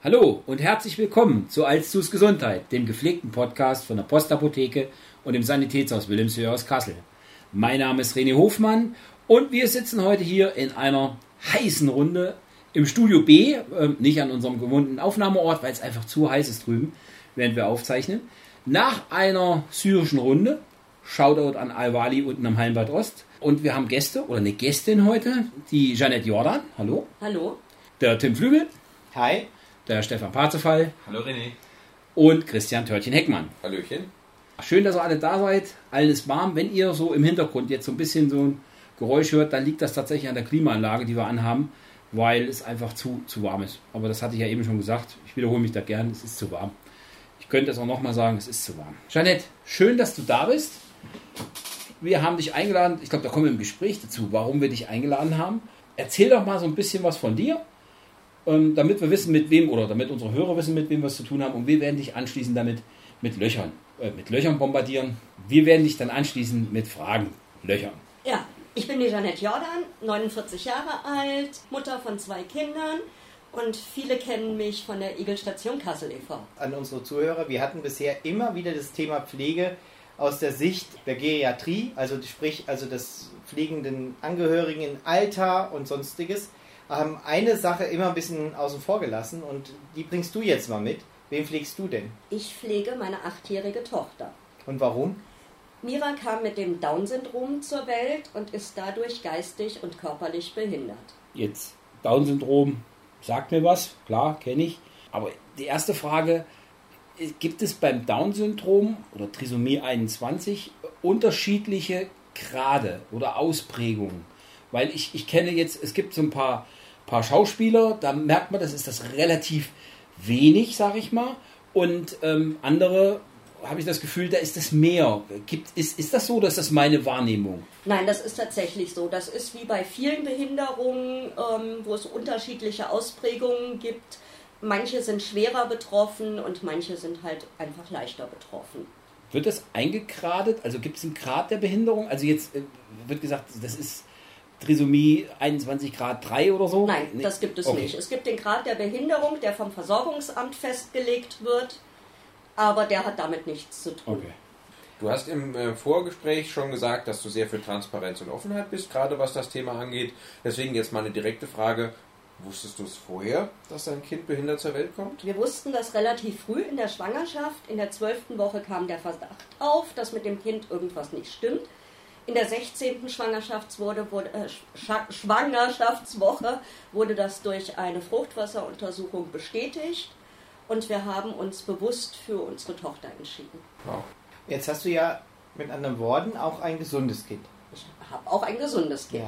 Hallo und herzlich willkommen zu Alstus Gesundheit, dem gepflegten Podcast von der Postapotheke und dem Sanitätshaus Wilhelmshöhe aus Kassel. Mein Name ist René Hofmann und wir sitzen heute hier in einer heißen Runde im Studio B, nicht an unserem gewohnten Aufnahmeort, weil es einfach zu heiß ist drüben, während wir aufzeichnen. Nach einer syrischen Runde, Shoutout an Al-Wali unten am Hallenbad Ost. Und wir haben Gäste oder eine Gästin heute, die Jeanette Jordan. Hallo. Hallo. Der Tim Flügel. Hi. Der Stefan Parzefall. Hallo René. Und Christian Törtchen-Heckmann. Hallöchen. Schön, dass ihr alle da seid. Allen ist warm. Wenn ihr so im Hintergrund jetzt so ein bisschen so ein Geräusch hört, dann liegt das tatsächlich an der Klimaanlage, die wir anhaben, weil es einfach zu warm ist. Aber das hatte ich ja eben schon gesagt. Ich wiederhole mich da gern. Es ist zu warm. Ich könnte es auch nochmal sagen, es ist zu warm. Jeanette, schön, dass du da bist. Wir haben dich eingeladen. Ich glaube, da kommen wir im Gespräch dazu, warum wir dich eingeladen haben. Erzähl doch mal so ein bisschen was von dir. Damit wir wissen, mit wem, oder damit unsere Hörer wissen, mit wem wir es zu tun haben. Und wir werden dich anschließend damit mit Löchern bombardieren. Wir werden dich dann anschließen mit Fragen löchern. Ja, ich bin die Jeanette Jordan, 49 Jahre alt, Mutter von 2 Kindern und viele kennen mich von der Igelstation Kassel e.V. An unsere Zuhörer, wir hatten bisher immer wieder das Thema Pflege aus der Sicht der Geriatrie, also sprich des pflegenden Angehörigen im Alter und sonstiges. Haben eine Sache immer ein bisschen außen vor gelassen und die bringst du jetzt mal mit. Wen pflegst du denn? Ich pflege meine 8-jährige Tochter. Und warum? Mira kam mit dem Down-Syndrom zur Welt und ist dadurch geistig und körperlich behindert. Jetzt, Down-Syndrom sagt mir was, klar, kenne ich. Aber die erste Frage, gibt es beim Down-Syndrom oder Trisomie 21 unterschiedliche Grade oder Ausprägungen? Weil ich kenne jetzt, es gibt so ein paar Schauspieler, da merkt man, das ist das relativ wenig, sage ich mal. Und andere, habe ich das Gefühl, da ist das mehr. Ist das so, oder ist das meine Wahrnehmung? Nein, das ist tatsächlich so. Das ist wie bei vielen Behinderungen, wo es unterschiedliche Ausprägungen gibt. Manche sind schwerer betroffen und manche sind halt einfach leichter betroffen. Wird das eingegradet? Also gibt es einen Grad der Behinderung? Also jetzt wird gesagt, das ist Trisomie 21 Grad 3 oder so? Nein, das gibt es nicht. Es gibt den Grad der Behinderung, der vom Versorgungsamt festgelegt wird, aber der hat damit nichts zu tun. Okay. Du hast im Vorgespräch schon gesagt, dass du sehr für Transparenz und Offenheit bist, gerade was das Thema angeht. Deswegen jetzt mal eine direkte Frage. Wusstest du es vorher, dass dein Kind behindert zur Welt kommt? Wir wussten das relativ früh in der Schwangerschaft. In der 12. Woche kam der Verdacht auf, dass mit dem Kind irgendwas nicht stimmt. In der 16. Schwangerschaftswoche wurde das durch eine Fruchtwasseruntersuchung bestätigt und wir haben uns bewusst für unsere Tochter entschieden. Wow. Jetzt hast du ja mit anderen Worten auch ein gesundes Kind. Ich habe auch ein gesundes Kind.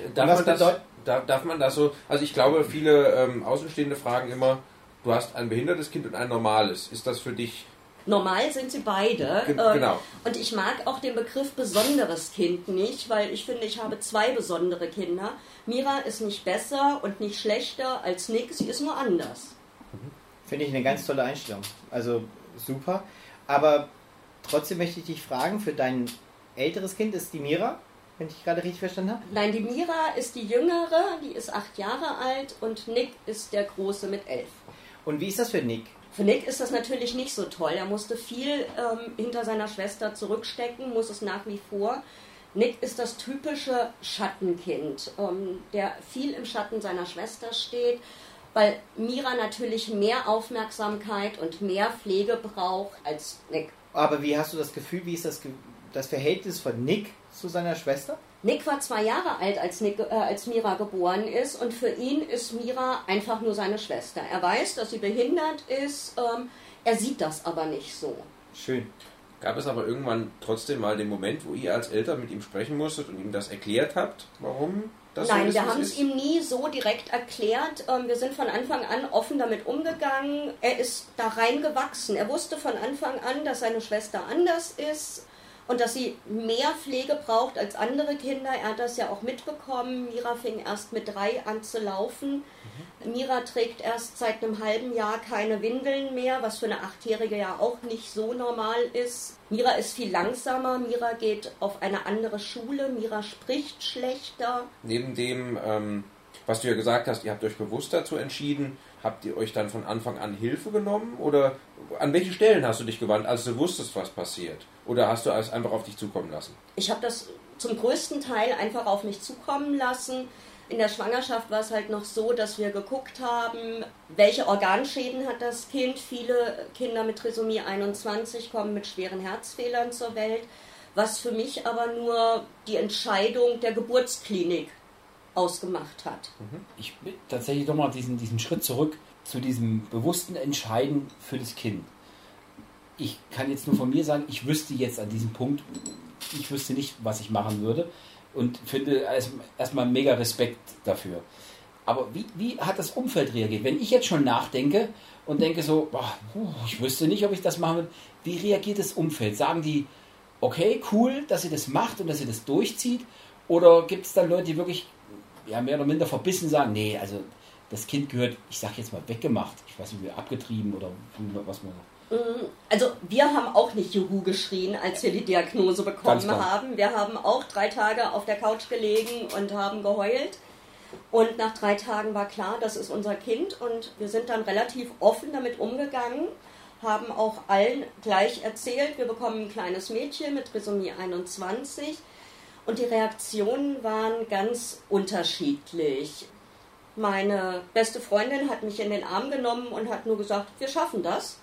Ja. Darf man das so, also ich glaube, viele Außenstehende fragen immer, du hast ein behindertes Kind und ein normales. Ist das für dich... Normal sind sie beide. Genau. Und ich mag auch den Begriff besonderes Kind nicht, weil ich finde, ich habe 2 besondere Kinder. Mira ist nicht besser und nicht schlechter als Nick, sie ist nur anders. Finde ich eine ganz tolle Einstellung. Also super. Aber trotzdem möchte ich dich fragen, für dein älteres Kind ist die Mira, wenn ich gerade richtig verstanden habe? Nein, die Mira ist die Jüngere, die ist 8 Jahre alt und Nick ist der Große mit 11. Und wie ist das für Nick? Für Nick ist das natürlich nicht so toll. Er musste viel hinter seiner Schwester zurückstecken, muss es nach wie vor. Nick ist das typische Schattenkind, der viel im Schatten seiner Schwester steht, weil Mira natürlich mehr Aufmerksamkeit und mehr Pflege braucht als Nick. Aber wie hast du das Gefühl, wie ist das Verhältnis von Nick zu seiner Schwester? Nick war 2 Jahre alt, als Mira geboren ist und für ihn ist Mira einfach nur seine Schwester. Er weiß, dass sie behindert ist, er sieht das aber nicht so. Schön. Gab es aber irgendwann trotzdem mal den Moment, wo ihr als Eltern mit ihm sprechen musstet und ihm das erklärt habt, warum das so ist? Nein, wir haben es ihm nie so direkt erklärt. Wir sind von Anfang an offen damit umgegangen. Er ist da reingewachsen. Er wusste von Anfang an, dass seine Schwester anders ist und dass sie mehr Pflege braucht als andere Kinder. Er hat das ja auch mitbekommen. Mira fing erst mit 3 an zu laufen. Mira trägt erst seit einem halben Jahr keine Windeln mehr, was für eine 8-Jährige ja auch nicht so normal ist. Mira ist viel langsamer, Mira geht auf eine andere Schule, Mira spricht schlechter. Neben dem Was du ja gesagt hast, ihr habt euch bewusst dazu entschieden, habt ihr euch dann von Anfang an Hilfe genommen oder an welche Stellen hast du dich gewandt, als du wusstest, was passiert? Oder hast du es einfach auf dich zukommen lassen? Ich habe das zum größten Teil einfach auf mich zukommen lassen. In der Schwangerschaft war es halt noch so, dass wir geguckt haben, welche Organschäden hat das Kind. Viele Kinder mit Trisomie 21 kommen mit schweren Herzfehlern zur Welt, was für mich aber nur die Entscheidung der Geburtsklinik ausgemacht hat. Ich will tatsächlich nochmal diesen Schritt zurück zu diesem bewussten Entscheiden für das Kind. Ich kann jetzt nur von mir sagen, ich wüsste jetzt an diesem Punkt, ich wüsste nicht, was ich machen würde und finde erstmal mega Respekt dafür. Aber wie hat das Umfeld reagiert? Wenn ich jetzt schon nachdenke und denke so, ich wüsste nicht, ob ich das machen würde, wie reagiert das Umfeld? Sagen die, okay, cool, dass ihr das macht und dass ihr das durchzieht? Oder gibt es dann Leute, die wirklich mehr oder minder verbissen sagen, nee, also das Kind gehört, ich sag jetzt mal, weggemacht. Ich weiß nicht, abgetrieben oder was man sagt. Also wir haben auch nicht Juhu geschrien, als wir die Diagnose bekommen haben. Wir haben auch 3 Tage auf der Couch gelegen und haben geheult. Und nach 3 Tagen war klar, das ist unser Kind. Und wir sind dann relativ offen damit umgegangen, haben auch allen gleich erzählt, wir bekommen ein kleines Mädchen mit Trisomie 21. Und die Reaktionen waren ganz unterschiedlich. Meine beste Freundin hat mich in den Arm genommen und hat nur gesagt, wir schaffen das.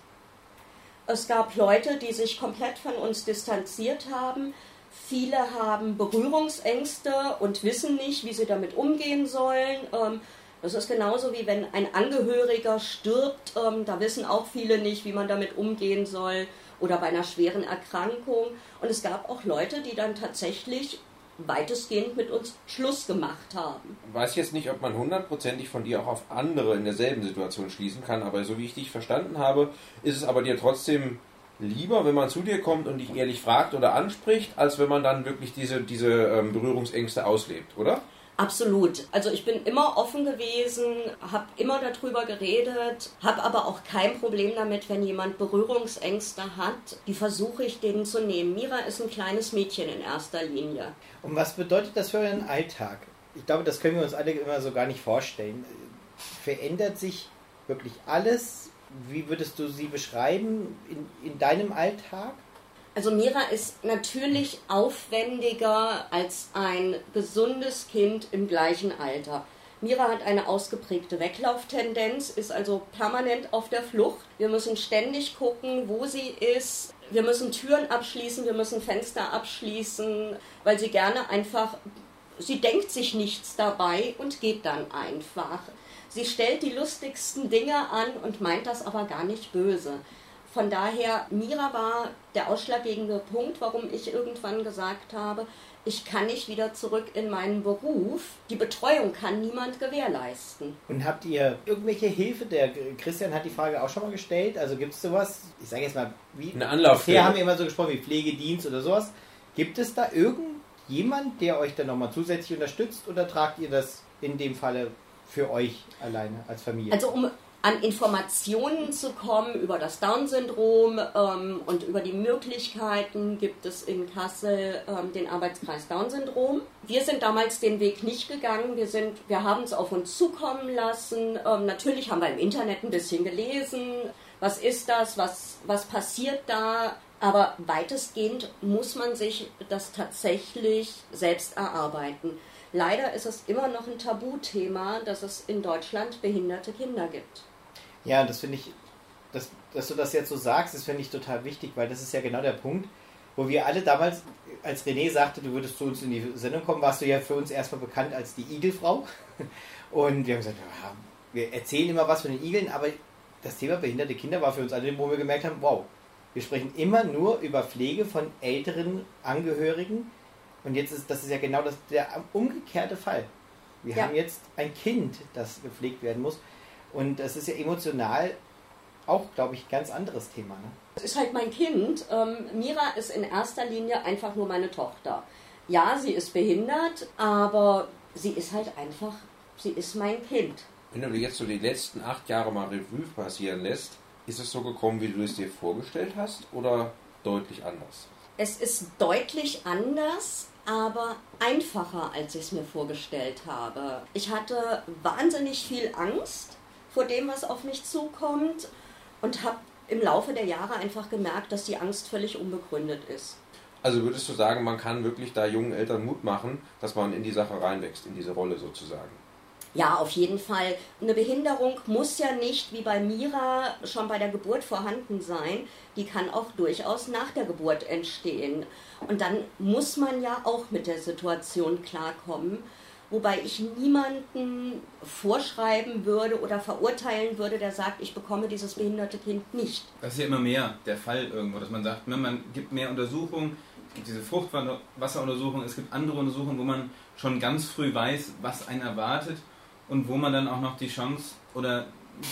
Es gab Leute, die sich komplett von uns distanziert haben. Viele haben Berührungsängste und wissen nicht, wie sie damit umgehen sollen. Das ist genauso wie wenn ein Angehöriger stirbt. Da wissen auch viele nicht, wie man damit umgehen soll. Oder bei einer schweren Erkrankung. Und es gab auch Leute, die dann tatsächlich weitestgehend mit uns Schluss gemacht haben. Ich weiß jetzt nicht, ob man hundertprozentig von dir auch auf andere in derselben Situation schließen kann, aber so wie ich dich verstanden habe, ist es aber dir trotzdem lieber, wenn man zu dir kommt und dich ehrlich fragt oder anspricht, als wenn man dann wirklich diese Berührungsängste auslebt, oder? Absolut. Also ich bin immer offen gewesen, habe immer darüber geredet, habe aber auch kein Problem damit, wenn jemand Berührungsängste hat. Die versuche ich denen zu nehmen. Mira ist ein kleines Mädchen in erster Linie. Und was bedeutet das für euren Alltag? Ich glaube, das können wir uns alle immer so gar nicht vorstellen. Verändert sich wirklich alles? Wie würdest du sie beschreiben in deinem Alltag? Also Mira ist natürlich aufwendiger als ein gesundes Kind im gleichen Alter. Mira hat eine ausgeprägte Weglauftendenz, ist also permanent auf der Flucht. Wir müssen ständig gucken, wo sie ist. Wir müssen Türen abschließen, wir müssen Fenster abschließen, weil sie gerne einfach, sie denkt sich nichts dabei und geht dann einfach. Sie stellt die lustigsten Dinge an und meint das aber gar nicht böse. Von daher, Mira war der ausschlaggebende Punkt, warum ich irgendwann gesagt habe, ich kann nicht wieder zurück in meinen Beruf. Die Betreuung kann niemand gewährleisten. Und habt ihr irgendwelche Hilfe? Der Christian hat die Frage auch schon mal gestellt. Also gibt es sowas, ich sage jetzt mal, wie eine Anlaufstelle. Bisher haben wir immer so gesprochen wie Pflegedienst oder sowas. Gibt es da irgendjemand, der euch dann nochmal zusätzlich unterstützt oder tragt ihr das in dem Falle für euch alleine als Familie? Also um an Informationen zu kommen über das Down-Syndrom und über die Möglichkeiten gibt es in Kassel den Arbeitskreis Down-Syndrom. Wir sind damals den Weg nicht gegangen, wir haben es auf uns zukommen lassen. Natürlich haben wir im Internet ein bisschen gelesen, was ist das, was passiert da, aber weitestgehend muss man sich das tatsächlich selbst erarbeiten. Leider ist es immer noch ein Tabuthema, dass es in Deutschland behinderte Kinder gibt. Ja, das finde ich, dass du das jetzt so sagst, das finde ich total wichtig, weil das ist ja genau der Punkt, wo wir alle damals, als René sagte, du würdest zu uns in die Sendung kommen, warst du ja für uns erstmal bekannt als die Igelfrau. Und wir haben gesagt, ja, wir erzählen immer was von den Igeln, aber das Thema behinderte Kinder war für uns alle, wo wir gemerkt haben, wow, wir sprechen immer nur über Pflege von älteren Angehörigen. Und jetzt das ist ja genau der umgekehrte Fall. Wir haben jetzt ein Kind, das gepflegt werden muss. Und das ist ja emotional auch, glaube ich, ein ganz anderes Thema. Ne? Das ist halt mein Kind. Mira ist in erster Linie einfach nur meine Tochter. Ja, sie ist behindert, aber sie ist halt einfach, sie ist mein Kind. Wenn du dir jetzt so die letzten 8 Jahre mal Revue passieren lässt, ist es so gekommen, wie du es dir vorgestellt hast oder deutlich anders? Es ist deutlich anders, aber einfacher, als ich es mir vorgestellt habe. Ich hatte wahnsinnig viel Angst vor dem, was auf mich zukommt und habe im Laufe der Jahre einfach gemerkt, dass die Angst völlig unbegründet ist. Also würdest du sagen, man kann wirklich da jungen Eltern Mut machen, dass man in die Sache reinwächst, in diese Rolle sozusagen? Ja, auf jeden Fall. Eine Behinderung muss ja nicht wie bei Mira schon bei der Geburt vorhanden sein. Die kann auch durchaus nach der Geburt entstehen. Und dann muss man ja auch mit der Situation klarkommen. Wobei ich niemanden vorschreiben würde oder verurteilen würde, der sagt, ich bekomme dieses behinderte Kind nicht. Das ist ja immer mehr der Fall irgendwo, dass man sagt, man gibt mehr Untersuchungen, es gibt diese Fruchtwasseruntersuchung, es gibt andere Untersuchungen, wo man schon ganz früh weiß, was einen erwartet und wo man dann auch noch die Chance oder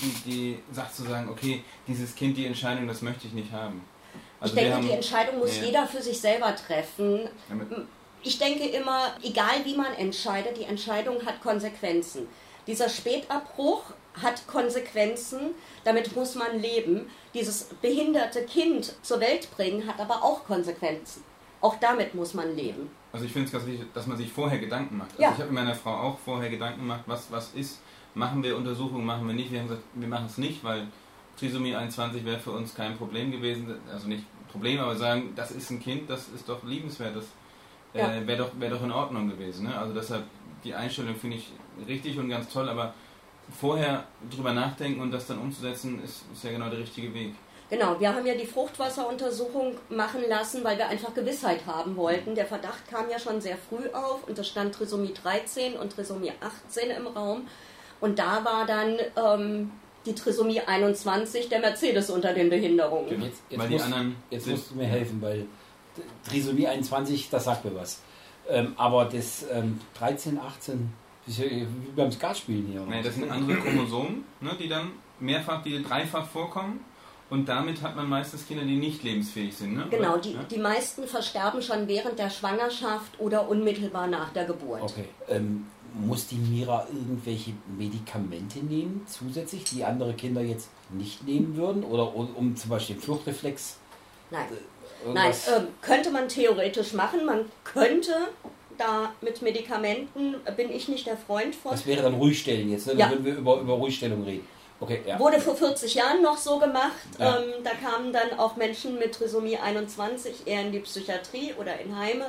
die sagt zu sagen, okay, dieses Kind, die Entscheidung, das möchte ich nicht haben. Also ich denke, die Entscheidung muss jeder für sich selber treffen. Ich denke immer, egal wie man entscheidet, die Entscheidung hat Konsequenzen. Dieser Spätabbruch hat Konsequenzen, damit muss man leben. Dieses behinderte Kind zur Welt bringen hat aber auch Konsequenzen. Auch damit muss man leben. Also ich finde es ganz wichtig, dass man sich vorher Gedanken macht. Also ja. Ich habe mit meiner Frau auch vorher Gedanken gemacht, was ist, machen wir Untersuchungen, machen wir nicht. Wir haben gesagt, wir machen es nicht, weil Trisomie 21 wäre für uns kein Problem gewesen. Also nicht Problem, aber sagen, das ist ein Kind, das ist doch liebenswert, das wäre doch in Ordnung gewesen. Ne? Also deshalb, die Einstellung finde ich richtig und ganz toll, aber vorher drüber nachdenken und das dann umzusetzen, ist ja genau der richtige Weg. Genau, wir haben ja die Fruchtwasseruntersuchung machen lassen, weil wir einfach Gewissheit haben wollten. Der Verdacht kam ja schon sehr früh auf und es stand Trisomie 13 und Trisomie 18 im Raum. Und da war dann die Trisomie 21 der Mercedes unter den Behinderungen. Jetzt musst du mir helfen, weil Trisomie 21, das sagt mir was. Aber das 13, 18, wie beim Skatspielen hier. Oder? Nee, das sind andere Chromosomen, ne, die dann dreifach vorkommen. Und damit hat man meistens Kinder, die nicht lebensfähig sind. Ne? Genau, die meisten versterben schon während der Schwangerschaft oder unmittelbar nach der Geburt. Okay. Muss die Mira irgendwelche Medikamente nehmen, zusätzlich, die andere Kinder jetzt nicht nehmen würden? Oder um zum Beispiel den Fluchtreflex? Nein, könnte man theoretisch machen. Man könnte da mit Medikamenten, bin ich nicht der Freund von. Das wäre dann Ruhigstellen jetzt, ne? Ja. Da würden wir über Ruhigstellung reden. Okay, ja. Wurde vor 40 Jahren noch so gemacht. Ja. Da kamen dann auch Menschen mit Trisomie 21 eher in die Psychiatrie oder in Heime.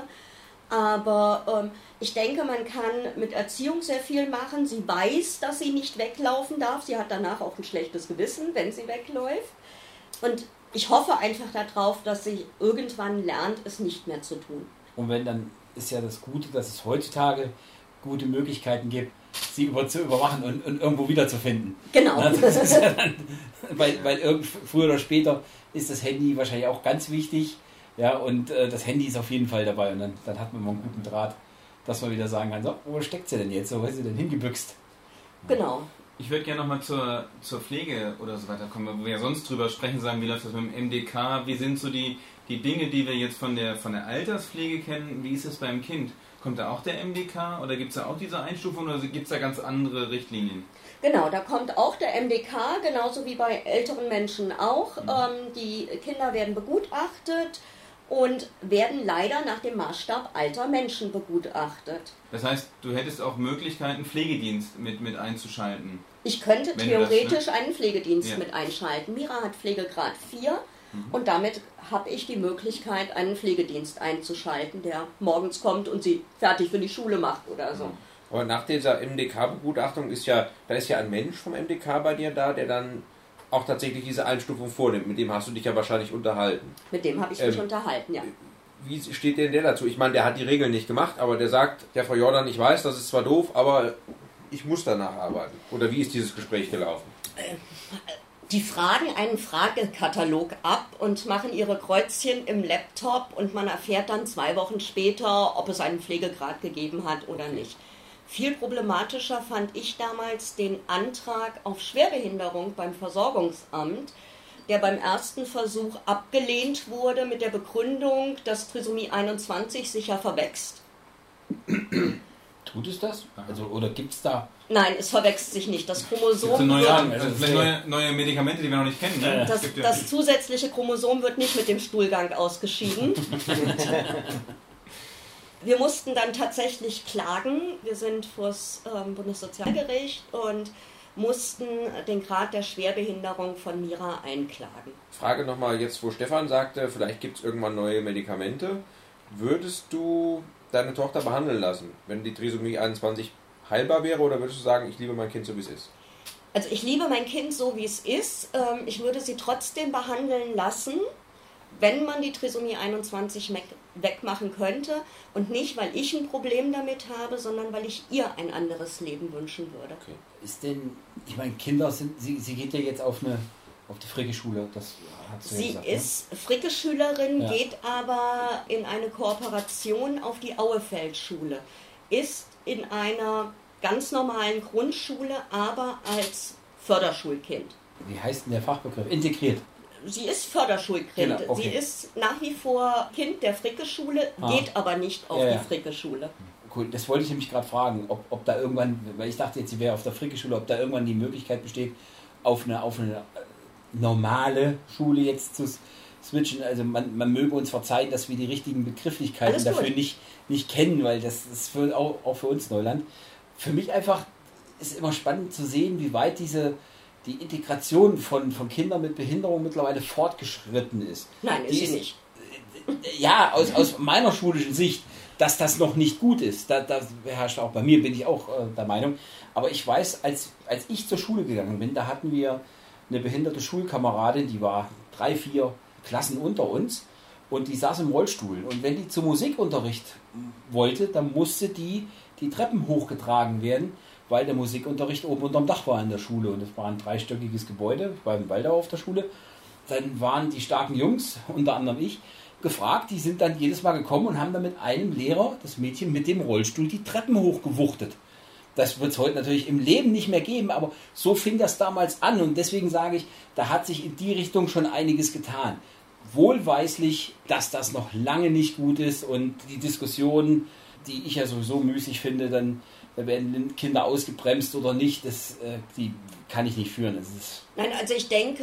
Aber ich denke, man kann mit Erziehung sehr viel machen. Sie weiß, dass sie nicht weglaufen darf. Sie hat danach auch ein schlechtes Gewissen, wenn sie wegläuft. Und ich hoffe einfach darauf, dass sie irgendwann lernt, es nicht mehr zu tun. Und wenn, dann ist ja das Gute, dass es heutzutage gute Möglichkeiten gibt, sie zu überwachen und irgendwo wiederzufinden. Genau. Das ist ja dann, weil früher oder später ist das Handy wahrscheinlich auch ganz wichtig. Ja, und das Handy ist auf jeden Fall dabei. Und dann hat man mal einen guten Draht, dass man wieder sagen kann, so, wo steckt sie denn jetzt? Wo ist sie denn hingebüxt? Genau. Ich würde gerne nochmal zur Pflege oder so weiter kommen, wo wir ja sonst drüber sprechen, sagen, wie läuft das mit dem MDK? Wie sind so die Dinge, die wir jetzt von der Alterspflege kennen? Wie ist es beim Kind? Kommt da auch der MDK oder gibt es da auch diese Einstufung oder gibt es da ganz andere Richtlinien? Genau, da kommt auch der MDK, genauso wie bei älteren Menschen auch. Die Kinder werden begutachtet und werden leider nach dem Maßstab alter Menschen begutachtet. Das heißt, du hättest auch Möglichkeiten, Pflegedienst mit einzuschalten? Ich könnte theoretisch einen Pflegedienst mit einschalten. Mira hat Pflegegrad 4. Und damit habe ich die Möglichkeit, einen Pflegedienst einzuschalten, der morgens kommt und sie fertig für die Schule macht oder so. Aber nach dieser MDK-Begutachtung ist ja ein Mensch vom MDK bei dir da, der dann auch tatsächlich diese Einstufung vornimmt. Mit dem hast du dich ja wahrscheinlich unterhalten. Mit dem habe ich mich unterhalten, ja. Wie steht denn der dazu? Ich meine, der hat die Regeln nicht gemacht, aber der sagt, ja, Frau Jordan, ich weiß, das ist zwar doof, aber ich muss danach arbeiten. Oder wie ist dieses Gespräch gelaufen? Die fragen einen Fragekatalog ab und machen ihre Kreuzchen im Laptop und man erfährt dann 2 Wochen später, ob es einen Pflegegrad gegeben hat oder nicht. Viel problematischer fand ich damals den Antrag auf Schwerbehinderung beim Versorgungsamt, der beim ersten Versuch abgelehnt wurde mit der Begründung, dass Trisomie 21 sich ja verwächst. Tut es das? Also, oder gibt es da... Nein, es verwechselt sich nicht. Das Chromosom neue Medikamente, die wir noch nicht kennen. Ne? Das zusätzliche Chromosom wird nicht mit dem Stuhlgang ausgeschieden. Wir mussten dann tatsächlich klagen. Wir sind vor das Bundessozialgericht und mussten den Grad der Schwerbehinderung von Mira einklagen. Frage nochmal jetzt, wo Stefan sagte, vielleicht gibt es irgendwann neue Medikamente. Würdest du deine Tochter behandeln lassen, wenn die Trisomie 21 heilbar wäre, oder würdest du sagen, ich liebe mein Kind so, wie es ist? Also ich liebe mein Kind so, wie es ist. Ich würde sie trotzdem behandeln lassen, wenn man die Trisomie 21 wegmachen könnte. Und nicht, weil ich ein Problem damit habe, sondern weil ich ihr ein anderes Leben wünschen würde. Okay. Ist denn, ich meine, Kinder sind, sie geht ja jetzt auf die Fricke-Schule, das hat sie gesagt. Sie ist Fricke-Schülerin, Ja. geht aber in eine Kooperation auf die Auefeld-Schule. Ist in einer ganz normalen Grundschule, aber als Förderschulkind. Wie heißt denn der Fachbegriff? Integriert. Sie ist Förderschulkind. Genau, okay. Sie ist nach wie vor Kind der Fricke-Schule, geht aber nicht auf Ja, ja. die Fricke-Schule. Cool, das wollte ich nämlich gerade fragen, ob da irgendwann, weil ich dachte jetzt, sie wäre auf der Fricke-Schule, ob da irgendwann die Möglichkeit besteht, auf eine normale Schule jetzt zu switchen. Also man möge uns verzeihen, dass wir die richtigen Begrifflichkeiten Alles gut. dafür nicht kennen, weil das ist auch für uns Neuland. Für mich einfach ist immer spannend zu sehen, wie weit die Integration von Kindern mit Behinderung mittlerweile fortgeschritten ist. Nein, ist Die sie nicht. Ja, aus meiner schulischen Sicht, dass das noch nicht gut ist. Da herrscht auch bei mir, bin ich auch der Meinung. Aber ich weiß, als ich zur Schule gegangen bin, da hatten wir eine behinderte Schulkameradin, die war 3, 4 Klassen unter uns und die saß im Rollstuhl. Und wenn die zum Musikunterricht wollte, dann musste die Treppen hochgetragen werden, weil der Musikunterricht oben unterm Dach war in der Schule. Und es war ein 3-stöckiges Gebäude, ich war in Waldau auf der Schule. Dann waren die starken Jungs, unter anderem ich, gefragt. Die sind dann jedes Mal gekommen und haben dann mit einem Lehrer, das Mädchen mit dem Rollstuhl, die Treppen hochgewuchtet. Das wird es heute natürlich im Leben nicht mehr geben, aber so fing das damals an. Und deswegen sage ich, da hat sich in die Richtung schon einiges getan. Wohlweislich, dass das noch lange nicht gut ist und die Diskussionen, die ich ja sowieso müßig finde, dann da werden Kinder ausgebremst oder nicht, die kann ich nicht führen. Nein, also ich denke,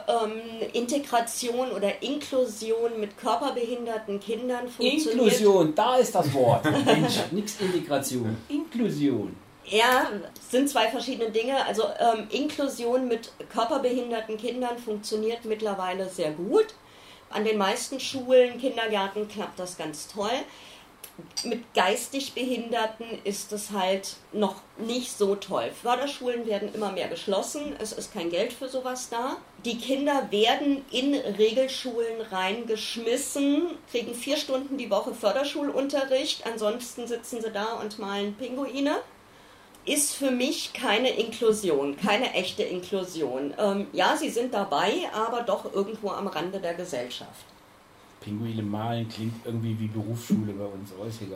Integration oder Inklusion mit körperbehinderten Kindern funktioniert. Inklusion, da ist das Wort. Mensch, nix Integration. Inklusion. Ja, sind zwei verschiedene Dinge. Also Inklusion mit körperbehinderten Kindern funktioniert mittlerweile sehr gut. An den meisten Schulen, Kindergärten klappt das ganz toll. Mit geistig Behinderten ist es halt noch nicht so toll. Förderschulen werden immer mehr geschlossen, es ist kein Geld für sowas da. Die Kinder werden in Regelschulen reingeschmissen, kriegen 4 Stunden die Woche Förderschulunterricht, ansonsten sitzen sie da und malen Pinguine. Ist für mich keine Inklusion, keine echte Inklusion. Ja, sie sind dabei, aber doch irgendwo am Rande der Gesellschaft. Pinguine malen klingt irgendwie wie Berufsschule bei uns, aber ist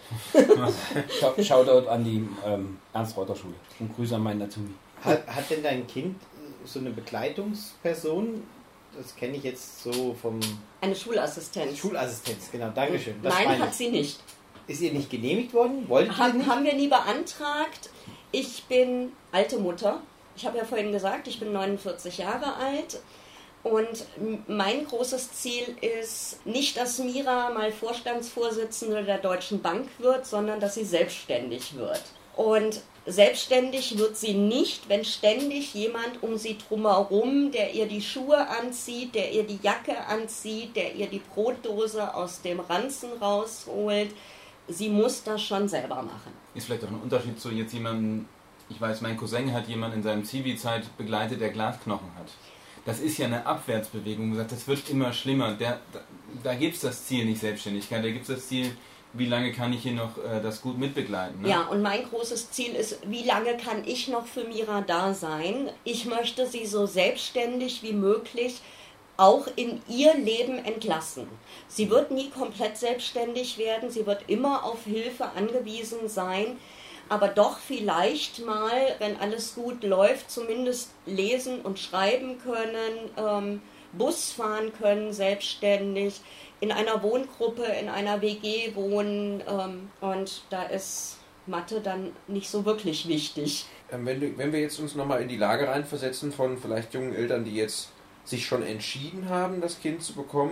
egal. Shoutout an die Ernst-Reuter-Schule und Grüße an meinen Azubi. Hat denn dein Kind so eine Begleitungsperson? Das kenne ich jetzt so vom... Eine Schulassistenz. Schulassistenz, genau, Dankeschön. Das Nein, hat sie nicht. Ist ihr nicht genehmigt worden? Wolltet ihr nicht? Haben wir nie beantragt. Ich bin alte Mutter. Ich habe ja vorhin gesagt, ich bin 49 Jahre alt. Und mein großes Ziel ist nicht, dass Mira mal Vorstandsvorsitzende der Deutschen Bank wird, sondern dass sie selbstständig wird. Und selbstständig wird sie nicht, wenn ständig jemand um sie drumherum, der ihr die Schuhe anzieht, der ihr die Jacke anzieht, der ihr die Brotdose aus dem Ranzen rausholt. Sie muss das schon selber machen. Ist vielleicht auch ein Unterschied zu jetzt jemandem, ich weiß, mein Cousin hat jemanden in seinem Zivi-Zeit begleitet, der Glasknochen hat. Das ist ja eine Abwärtsbewegung. Gesagt, das wird immer schlimmer. Da gibt es das Ziel nicht Selbstständigkeit, da gibt es das Ziel, wie lange kann ich hier noch das gut mitbegleiten. Ne? Ja, und mein großes Ziel ist, wie lange kann ich noch für Mira da sein? Ich möchte sie so selbstständig wie möglich auch in ihr Leben entlassen. Sie wird nie komplett selbstständig werden, sie wird immer auf Hilfe angewiesen sein, aber doch vielleicht mal, wenn alles gut läuft, zumindest lesen und schreiben können, Bus fahren können, selbstständig, in einer Wohngruppe, in einer WG wohnen, und da ist Mathe dann nicht so wirklich wichtig. Wenn wir jetzt uns nochmal in die Lage reinversetzen von vielleicht jungen Eltern, die jetzt sich schon entschieden haben, das Kind zu bekommen,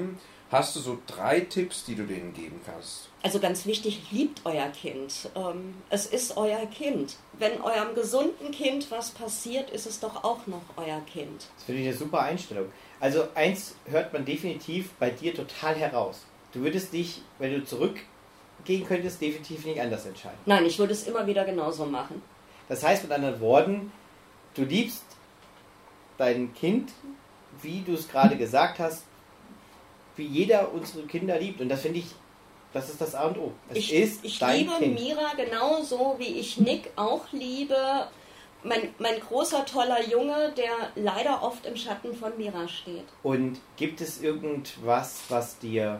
Hast du so 3 Tipps, die du denen geben kannst? Also ganz wichtig, liebt euer Kind. Es ist euer Kind. Wenn eurem gesunden Kind was passiert, ist es doch auch noch euer Kind. Das finde ich eine super Einstellung. Also eins hört man definitiv bei dir total heraus. Du würdest dich, wenn du zurückgehen könntest, definitiv nicht anders entscheiden. Nein, ich würde es immer wieder genauso machen. Das heißt mit anderen Worten, du liebst dein Kind, wie du es gerade gesagt hast, wie jeder unsere Kinder liebt. Und das finde ich, das ist das A und O. Ich liebe Mira genauso, wie ich Nick auch liebe. Mein großer, toller Junge, der leider oft im Schatten von Mira steht. Und gibt es irgendwas, was dir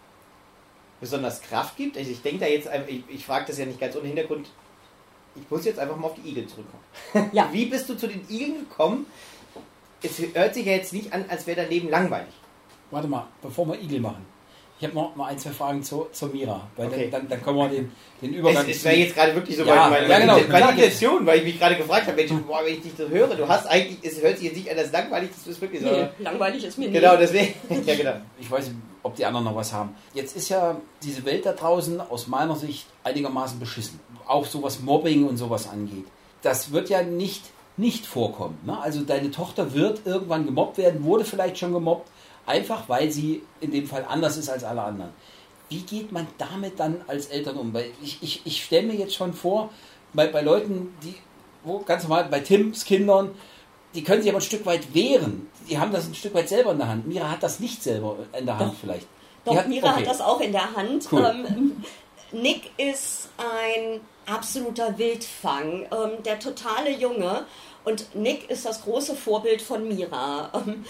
besonders Kraft gibt? Also ich denke da jetzt, ich frage das ja nicht ganz ohne Hintergrund, ich muss jetzt einfach mal auf die Igel zurückkommen. Ja. Wie bist du zu den Igeln gekommen? Es hört sich ja jetzt nicht an, als wäre dein Leben langweilig. Warte mal, bevor wir Igel machen. Ich habe noch mal 1, 2 Fragen zur Mira, weil Okay. dann können wir den Übergang... Es wäre jetzt gerade wirklich so Ja, meine genau. Intention, weil ich mich gerade gefragt habe, Mensch, boah, wenn ich dich so höre, du hast eigentlich, es hört sich jetzt nicht an, das langweilig, das ist wirklich so. Nee, langweilig ist mir nicht. Genau, deswegen. Ja, genau. Ich weiß nicht, ob die anderen noch was haben. Jetzt ist ja diese Welt da draußen aus meiner Sicht einigermaßen beschissen. Auch so was Mobbing und sowas angeht. Das wird ja nicht vorkommen. Ne? Also deine Tochter wird irgendwann gemobbt werden, wurde vielleicht schon gemobbt, einfach weil sie in dem Fall anders ist als alle anderen. Wie geht man damit dann als Eltern um? Weil ich stelle mir jetzt schon vor, bei Leuten, ganz normal, bei Tims Kindern, die können sich aber ein Stück weit wehren. Die haben das ein Stück weit selber in der Hand. Mira hat das nicht selber in der Hand vielleicht. Doch, Mira hat das auch in der Hand. Cool. Nick ist ein absoluter Wildfang, der totale Junge. Und Nick ist das große Vorbild von Mira.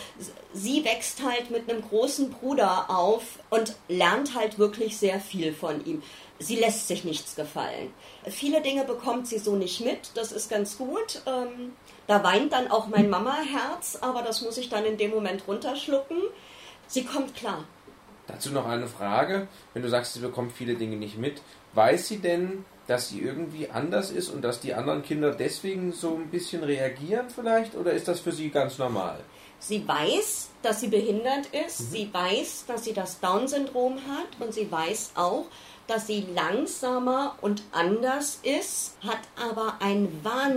Sie wächst halt mit einem großen Bruder auf und lernt halt wirklich sehr viel von ihm. Sie lässt sich nichts gefallen. Viele Dinge bekommt sie so nicht mit, das ist ganz gut. Da weint dann auch mein Mama-Herz, aber das muss ich dann in dem Moment runterschlucken. Sie kommt klar. Dazu noch eine Frage. Wenn du sagst, sie bekommt viele Dinge nicht mit, weiß sie denn, dass sie irgendwie anders ist und dass die anderen Kinder deswegen so ein bisschen reagieren vielleicht? Oder ist das für sie ganz normal? Sie weiß, dass sie behindert ist. Sie weiß, dass sie das Down-Syndrom hat. Und sie weiß auch, dass sie langsamer und anders ist, hat aber ein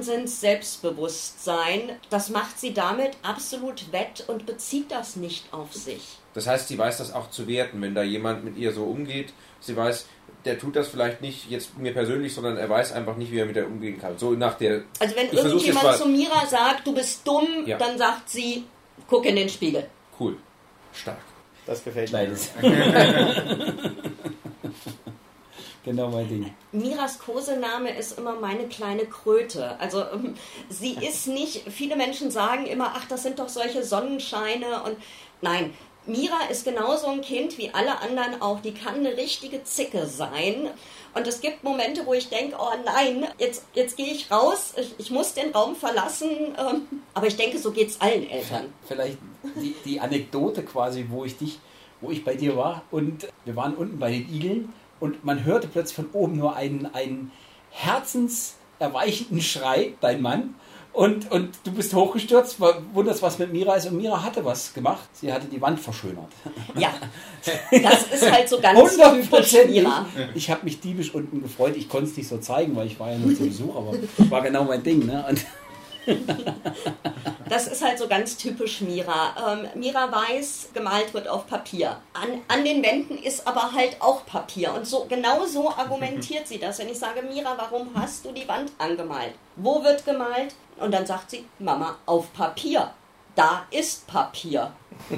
Wahnsinns-Selbstbewusstsein. Das macht sie damit absolut wett und bezieht das nicht auf sich. Das heißt, sie weiß das auch zu werten, wenn da jemand mit ihr so umgeht. Sie weiß, der tut das vielleicht nicht jetzt mir persönlich, sondern er weiß einfach nicht, wie er mit der umgehen kann. So nach der. Also wenn irgendjemand zu Mira sagt, du bist dumm, ja, dann sagt sie, guck in den Spiegel. Cool. Stark. Das gefällt mir. Genau mein Ding. Miras Kosename ist immer meine kleine Kröte. Also sie ist nicht, viele Menschen sagen immer, ach, das sind doch solche Sonnenscheine und nein, Mira ist genauso ein Kind wie alle anderen auch. Die kann eine richtige Zicke sein. Und es gibt Momente, wo ich denke, oh nein, jetzt gehe ich raus, ich muss den Raum verlassen. Aber ich denke, so geht es allen Eltern. Vielleicht die Anekdote quasi, wo ich bei dir war und wir waren unten bei den Igeln und man hörte plötzlich von oben nur einen herzenserweichenden Schrei, dein Mann. Und du bist hochgestürzt, wunderst, was mit Mira ist. Und Mira hatte was gemacht. Sie hatte die Wand verschönert. Ja, das ist halt so ganz typisch Mira. Ich habe mich diebisch unten gefreut. Ich konnte es nicht so zeigen, weil ich war ja nur zu Besuch. Aber das war genau mein Ding. Ne? Und das ist halt so ganz typisch Mira. Mira weiß, gemalt wird auf Papier. An den Wänden ist aber halt auch Papier. Und so genau so argumentiert sie das. Wenn ich sage, Mira, warum hast du die Wand angemalt? Wo wird gemalt? Und dann sagt sie, Mama, auf Papier. Da ist Papier.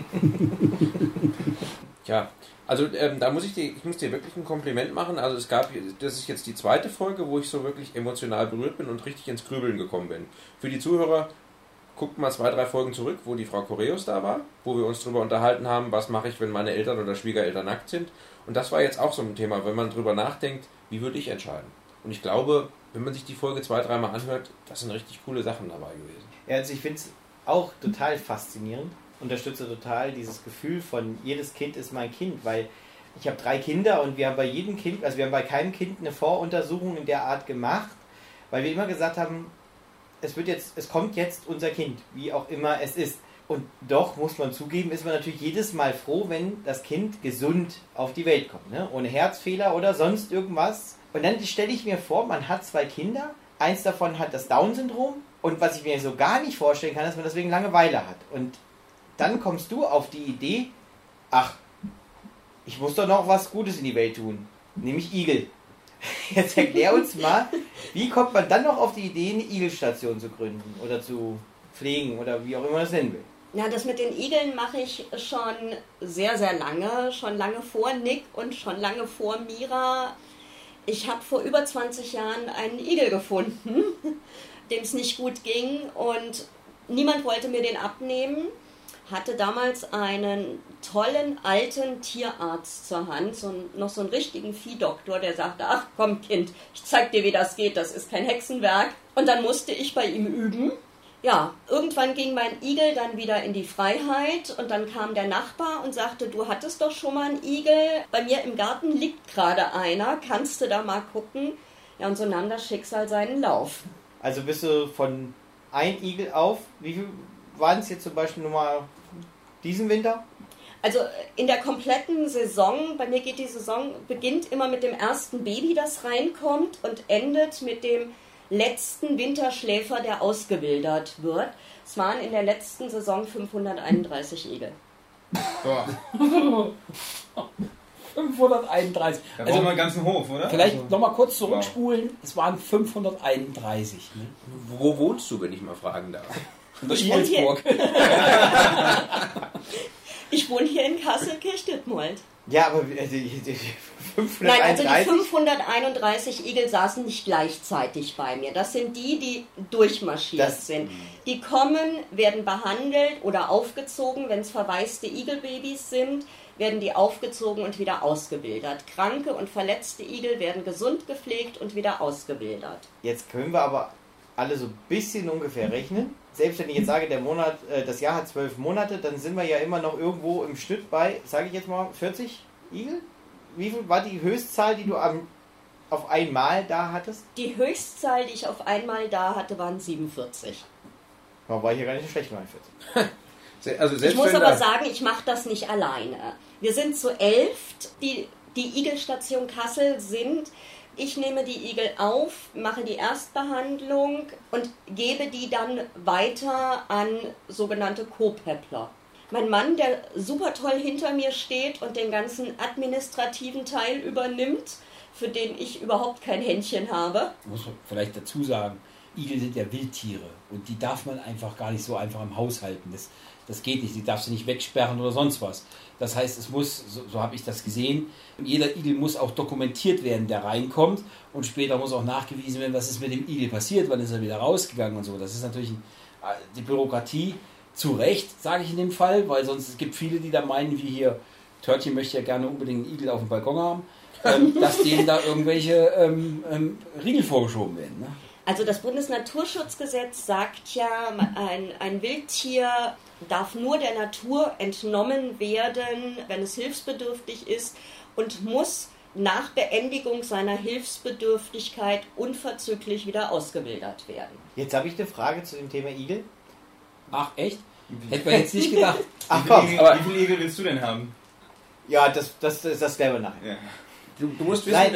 Ja, also da muss ich dir wirklich ein Kompliment machen. Also das ist jetzt die 2. Folge, wo ich so wirklich emotional berührt bin und richtig ins Grübeln gekommen bin. Für die Zuhörer, guckt mal 2, 3 Folgen zurück, wo die Frau Koreus da war, wo wir uns darüber unterhalten haben, was mache ich, wenn meine Eltern oder Schwiegereltern nackt sind. Und das war jetzt auch so ein Thema, wenn man drüber nachdenkt, wie würde ich entscheiden. Und ich glaube, wenn man sich die Folge 2, 3 Mal anhört, das sind richtig coole Sachen dabei gewesen. Ja, also ich finde es auch total faszinierend. Unterstütze total dieses Gefühl von jedes Kind ist mein Kind, weil ich habe 3 Kinder und wir haben bei keinem Kind eine Voruntersuchung in der Art gemacht, weil wir immer gesagt haben, es kommt jetzt unser Kind, wie auch immer es ist. Und doch, muss man zugeben, ist man natürlich jedes Mal froh, wenn das Kind gesund auf die Welt kommt. Ne? Ohne Herzfehler oder sonst irgendwas. Und dann stelle ich mir vor, man hat 2 Kinder. Eins davon hat das Down-Syndrom. Und was ich mir so gar nicht vorstellen kann, dass man deswegen Langeweile hat. Und dann kommst du auf die Idee, ach, ich muss doch noch was Gutes in die Welt tun. Nämlich Igel. Jetzt erklär uns mal, wie kommt man dann noch auf die Idee, eine Igelstation zu gründen oder zu pflegen oder wie auch immer man das nennen will. Ja, das mit den Igeln mache ich schon sehr, sehr lange. Schon lange vor Nick und schon lange vor Mira. Ich habe vor über 20 Jahren einen Igel gefunden, dem es nicht gut ging und niemand wollte mir den abnehmen. Hatte damals einen tollen alten Tierarzt zur Hand, noch so einen richtigen Viehdoktor, der sagte, ach komm Kind, ich zeig dir, wie das geht, das ist kein Hexenwerk. Und dann musste ich bei ihm üben. Ja, irgendwann ging mein Igel dann wieder in die Freiheit und dann kam der Nachbar und sagte, du hattest doch schon mal einen Igel, bei mir im Garten liegt gerade einer, kannst du da mal gucken? Ja, und so nahm das Schicksal seinen Lauf. Also bist du von ein Igel auf, wie viel waren es jetzt zum Beispiel nochmal diesen Winter? Also in der kompletten Saison, bei mir geht die Saison, beginnt immer mit dem ersten Baby, das reinkommt und endet mit dem letzten Winterschläfer, der ausgewildert wird. Es waren in der letzten Saison 531 Igel. Boah. 531. Da brauchen wir einen ganzen Hof, oder? Vielleicht nochmal kurz zurückspulen. Es waren 531. Ne? Wo wohnst du, wenn ich mal fragen darf? In der Igelsburg. Ich wohne hier in Kassel-Kirchdittmold. Ja, aber die 531... Nein, also die 531 Igel saßen nicht gleichzeitig bei mir. Das sind die durchmarschiert sind. Die kommen, werden behandelt oder aufgezogen. Wenn es verwaiste Igelbabys sind, werden die aufgezogen und wieder ausgewildert. Kranke und verletzte Igel werden gesund gepflegt und wieder ausgewildert. Jetzt können wir aber alle so ein bisschen ungefähr rechnen. Selbst wenn ich jetzt sage, das Jahr hat 12 Monate, dann sind wir ja immer noch irgendwo im Schnitt bei, sage ich jetzt mal, 40 Igel? Wie viel war die Höchstzahl, die du auf einmal da hattest? Die Höchstzahl, die ich auf einmal da hatte, waren 47. Warum war ich ja gar nicht so schlecht, 49? Also ich muss aber sagen, ich mache das nicht alleine. Wir sind zu 11, die Igelstation Kassel sind. Ich nehme die Igel auf, mache die Erstbehandlung und gebe die dann weiter an sogenannte Co-Päppler. Mein Mann, der super toll hinter mir steht und den ganzen administrativen Teil übernimmt, für den ich überhaupt kein Händchen habe. Muss man vielleicht dazu sagen, Igel sind ja Wildtiere und die darf man einfach gar nicht so einfach im Haus halten. Das geht nicht, die darfst du nicht wegsperren oder sonst was. Das heißt, es muss, so habe ich das gesehen, jeder Igel muss auch dokumentiert werden, der reinkommt und später muss auch nachgewiesen werden, was ist mit dem Igel passiert, wann ist er wieder rausgegangen und so. Das ist natürlich die Bürokratie zu Recht, sage ich in dem Fall, weil sonst es gibt viele, die da meinen, wie hier, Törtchen möchte ja gerne unbedingt einen Igel auf dem Balkon haben, dass denen da irgendwelche Riegel vorgeschoben werden. Ne? Also das Bundesnaturschutzgesetz sagt ja, ein Wildtier darf nur der Natur entnommen werden, wenn es hilfsbedürftig ist und muss nach Beendigung seiner Hilfsbedürftigkeit unverzüglich wieder ausgewildert werden. Jetzt habe ich eine Frage zu dem Thema Igel. Ach, echt? Hätte man jetzt nicht gedacht. Ach komm. Wie viele Igel willst du denn haben? Ja, das klären wir nachher. Ja. Du musst wissen,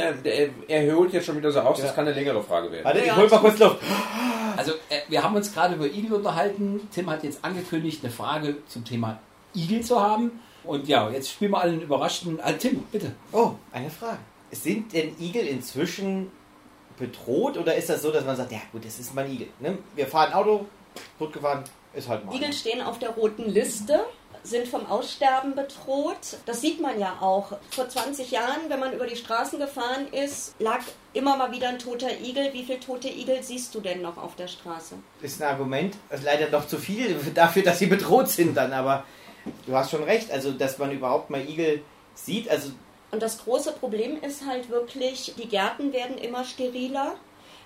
er holt jetzt schon wieder so aus, das kann eine längere Frage werden. Warte, ich hol mal kurz Luft. Also, wir haben uns gerade über Igel unterhalten. Tim hat jetzt angekündigt, eine Frage zum Thema Igel zu haben. Und ja, jetzt spielen wir einen überraschten... Tim, bitte. Oh, eine Frage. Sind denn Igel inzwischen bedroht oder ist das so, dass man sagt, ja gut, das ist mal ein Igel. Ne? Wir fahren Auto, wird gefahren, ist halt mal. Igel stehen auf der roten Liste, sind vom Aussterben bedroht. Das sieht man ja auch. Vor 20 Jahren, wenn man über die Straßen gefahren ist, lag immer mal wieder ein toter Igel. Wie viele tote Igel siehst du denn noch auf der Straße? Ist ein Argument, das ist leider noch zu viel dafür, dass sie bedroht sind dann, aber du hast schon recht, also dass man überhaupt mal Igel sieht, also... Und das große Problem ist halt wirklich, die Gärten werden immer steriler.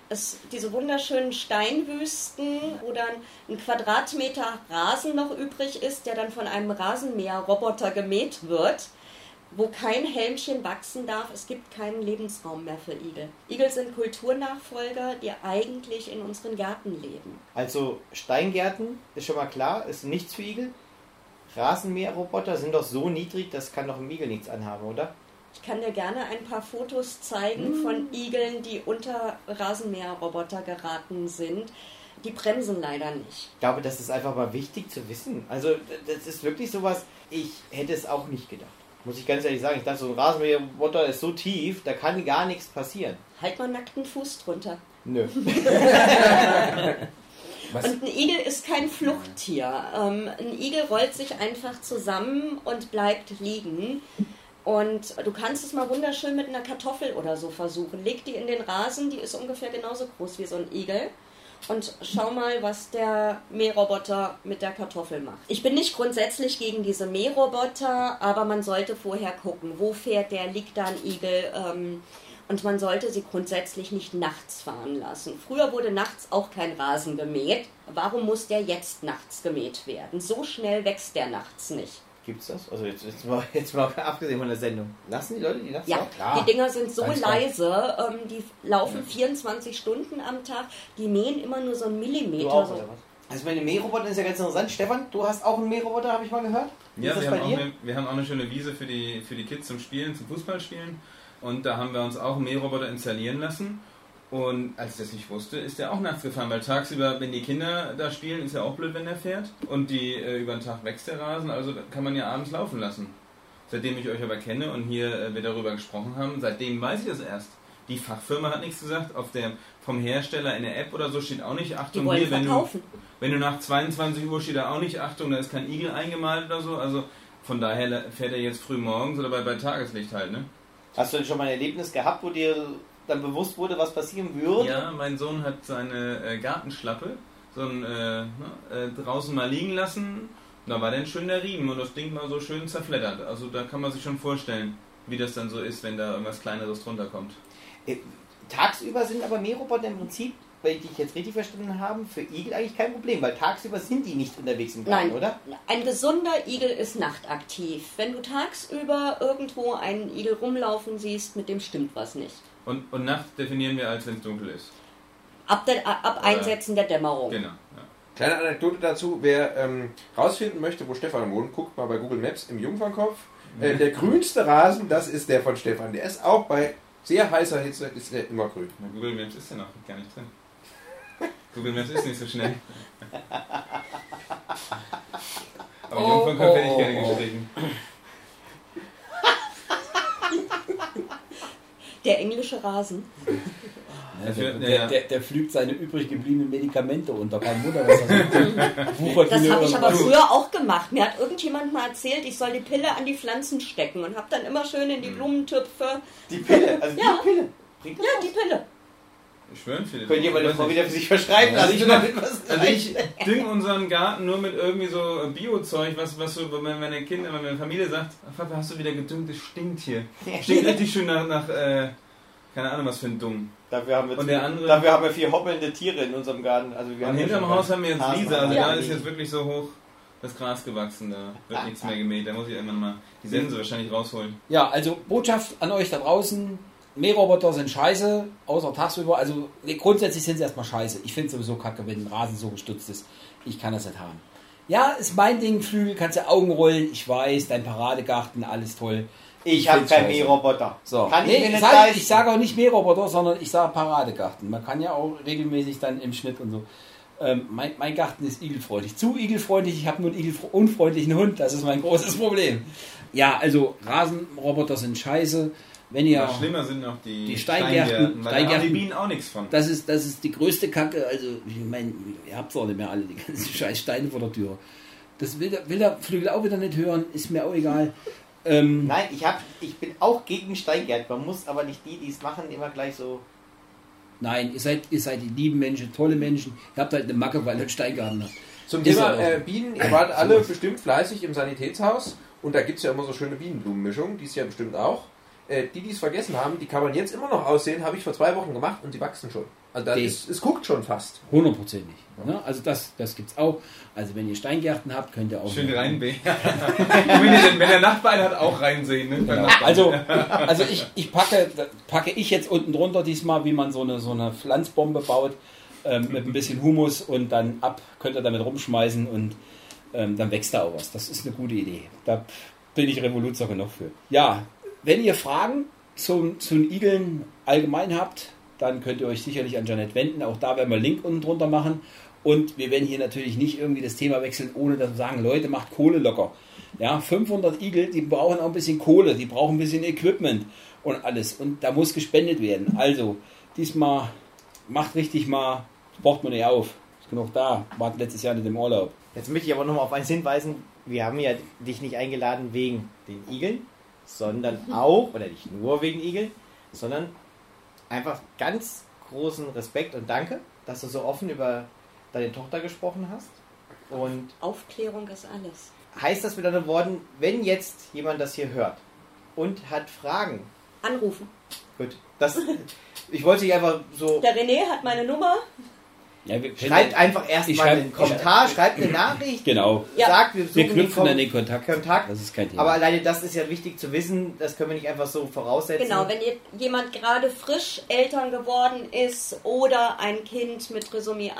Diese wunderschönen Steinwüsten, wo dann ein Quadratmeter Rasen noch übrig ist, der dann von einem Rasenmäherroboter gemäht wird. Wo kein Helmchen wachsen darf, es gibt keinen Lebensraum mehr für Igel. Igel sind Kulturnachfolger, die eigentlich in unseren Gärten leben. Also Steingärten, ist schon mal klar, ist nichts für Igel. Rasenmäherroboter sind doch so niedrig, das kann doch ein Igel nichts anhaben, oder? Ich kann dir gerne ein paar Fotos zeigen von Igeln, die unter Rasenmäherroboter geraten sind. Die bremsen leider nicht. Ich glaube, das ist einfach mal wichtig zu wissen. Also das ist wirklich sowas, ich hätte es auch nicht gedacht. Muss ich ganz ehrlich sagen, ich dachte, so ein Rasenmäherroboter ist so tief, da kann gar nichts passieren. Halt mal nackten Fuß drunter. Nö. Und ein Igel ist kein Fluchttier. Ein Igel rollt sich einfach zusammen und bleibt liegen. Und du kannst es mal wunderschön mit einer Kartoffel oder so versuchen. Leg die in den Rasen, die ist ungefähr genauso groß wie so ein Igel. Und schau mal, was der Mähroboter mit der Kartoffel macht. Ich bin nicht grundsätzlich gegen diese Mähroboter, aber man sollte vorher gucken, wo fährt der, liegt da ein Igel. Und man sollte sie grundsätzlich nicht nachts fahren lassen. Früher wurde nachts auch kein Rasen gemäht. Warum muss der jetzt nachts gemäht werden? So schnell wächst der nachts nicht. Gibt's das? Also jetzt mal abgesehen von der Sendung. Lassen die Leute die nachts Ja, auch? die Dinger sind so Ganz leise, die laufen 24 Stunden am Tag, die mähen immer nur so einen Millimeter. Du auch, so. oder was? Also bei den Mährobotern ist ja ganz interessant. Stefan, du hast auch einen Mähroboter, habe ich mal gehört. Wie Ja, ist das wir bei haben, dir? wir haben auch eine schöne Wiese für die Kids zum Spielen, zum Fußballspielen. Und da haben wir uns auch einen Mähroboter installieren lassen. Und als ich das nicht wusste, ist der auch nachts gefahren. Weil tagsüber, wenn die Kinder da spielen, ist ja auch blöd, wenn der fährt. Und über den Tag wächst der Rasen, also kann man ja abends laufen lassen. Seitdem ich euch aber kenne und hier wir darüber gesprochen haben, seitdem weiß ich das erst. Die Fachfirma hat nichts gesagt. Vom Hersteller in der App oder so steht auch nicht Achtung. Die wollen hier, verkaufen. wenn du nach 22 Uhr steht da auch nicht Achtung, da ist kein Igel eingemalt oder so. Also von daher fährt er jetzt früh morgens oder bei Tageslicht halt, ne? Hast du denn schon mal ein Erlebnis gehabt, wo dir dann bewusst wurde, was passieren würde? Ja, mein Sohn hat seine Gartenschlappe draußen mal liegen lassen. Da war dann schön der Riemen und das Ding war so schön zerfleddert. Also da kann man sich schon vorstellen, wie das dann so ist, wenn da irgendwas Kleineres drunter kommt. Tagsüber sind aber Mähroboter im Prinzip, weil ich dich jetzt richtig verstanden habe, für Igel eigentlich kein Problem, weil tagsüber sind die nicht unterwegs im Garten, Nein, oder? ein gesunder Igel ist nachtaktiv. Wenn du tagsüber irgendwo einen Igel rumlaufen siehst, mit dem stimmt was nicht. Und Nacht definieren wir als wenn es dunkel ist. Ab Einsetzen der Dämmerung. Genau. Ja. Kleine Anekdote dazu, wer rausfinden möchte, wo Stefan wohnt, guckt mal bei Google Maps im Jungfernkopf. Der grünste Rasen, das ist der von Stefan. Der ist auch bei sehr heißer Hitze, ist der immer grün. Na, Google Maps ist ja noch gar nicht drin. Google Maps ist nicht so schnell. Aber Jungfernkopf hätte ich gerne gestrichen. Der englische Rasen. Der pflügt seine übrig gebliebenen Medikamente unter. Kein Wunder, dass das wuchert. Das habe ich aber früher auch gemacht. Mir hat irgendjemand mal erzählt, ich soll die Pille an die Pflanzen stecken und habe dann immer schön in die Blumentöpfe. Die Pille, also Ja. die Pille. Bringt das Ja, was? die Pille. Ich schwöre, Philipp. Könnt ihr meine Weiß Frau nicht. wieder für sich verschreiben Also lassen? Also ich dünge unseren Garten nur mit irgendwie so Biozeug, was so, wenn meine Kinder, wenn meine Familie sagt, ach, Papa, hast du wieder gedüngt, das stinkt hier. Stinkt richtig schön nach keine Ahnung was für ein Dung. Dafür haben Und der andere- dafür haben wir 4 hoppelnde Tiere in unserem Garten. Also wir Und haben ja hinterm schon Haus haben wir jetzt Hasen- Wiese, also Ja. da ist jetzt wirklich so hoch das Gras gewachsen, da wird nichts mehr gemäht, da muss ich irgendwann mal die Sense wahrscheinlich rausholen. Ja, also Botschaft an euch da draußen. Mähroboter sind scheiße, außer tagsüber. Also grundsätzlich sind sie erstmal scheiße. Ich finde es sowieso kacke, wenn ein Rasen so gestutzt ist. Ich kann das nicht haben. Ja, ist mein Ding, Flügel, kannst du Augen rollen. Ich weiß, dein Paradegarten, alles toll. Ich habe find's keinen scheiße. Mähroboter. So. Kann ich Nee, mir nicht ich leisten. sage auch nicht Mähroboter, sondern ich sage Paradegarten. Man kann ja auch regelmäßig dann im Schnitt und so. Mein Garten ist igelfreundlich. Zu igelfreundlich, ich habe nur einen igelunfreundlichen Hund. Das ist mein großes Problem. Ja, also Rasenroboter sind scheiße. Wenn ihr... Aber schlimmer sind noch die Steingärten, weil da haben die Bienen auch nichts von. Das ist die größte Kacke. Also, ich meine, ihr habt es auch nicht mehr alle, die ganzen scheiß Steine vor der Tür. Das will der Flügel auch wieder nicht hören, ist mir auch egal. Nein, ich bin auch gegen Steingärten. Man muss aber nicht die es machen, immer gleich so... Nein, ihr seid die lieben Menschen, tolle Menschen. Ihr habt halt eine Macke, weil ihr einen Steingarten habt. Zum Ist Thema aber- Bienen, ihr wart alle bestimmt fleißig im Sanitätshaus und da gibt es ja immer so schöne Bienenblumenmischungen, die ist ja bestimmt auch. Die es vergessen haben, die kann man jetzt immer noch aussehen, habe ich vor 2 Wochen gemacht und die wachsen schon. Also es guckt schon fast. 100%. Ne? Also das gibt's auch. Also wenn ihr Steingärten habt, könnt ihr auch... Schön reinbehen. Wenn der Nachbar hat, auch reinsehen. Ne? Ja. Also packe ich jetzt unten drunter diesmal, wie man so eine Pflanzbombe baut, mit ein bisschen Humus und dann könnt ihr damit rumschmeißen und dann wächst da auch was. Das ist eine gute Idee. Da bin ich Revoluzer genug für. Ja, wenn ihr Fragen zu den Igeln allgemein habt, dann könnt ihr euch sicherlich an Jeanette wenden. Auch da werden wir einen Link unten drunter machen. Und wir werden hier natürlich nicht irgendwie das Thema wechseln, ohne dass wir sagen, Leute, macht Kohle locker. Ja, 500 Igel, die brauchen auch ein bisschen Kohle, die brauchen ein bisschen Equipment und alles. Und da muss gespendet werden. Also, diesmal macht richtig mal das Portemonnaie auf. Ist genug da. War letztes Jahr nicht im Urlaub. Jetzt möchte ich aber nochmal auf eins hinweisen. Wir haben ja dich nicht eingeladen wegen den Igeln, sondern auch, oder nicht nur wegen Igeln, sondern einfach ganz großen Respekt und Danke, dass du so offen über deine Tochter gesprochen hast. Und Aufklärung ist alles. Heißt das mit anderen Worten, wenn jetzt jemand das hier hört und hat Fragen? Anrufen. Gut, ich wollte dich einfach so... Der René hat meine Nummer. Ja, schreibt einfach erstmal einen Kommentar, schreibt eine Nachricht. Genau. Sagt, wir knüpfen dann den Kontakt. Das ist kein Thema. Aber alleine das ist ja wichtig zu wissen, das können wir nicht einfach so voraussetzen. Genau, wenn jemand gerade frisch Eltern geworden ist oder ein Kind mit Trisomie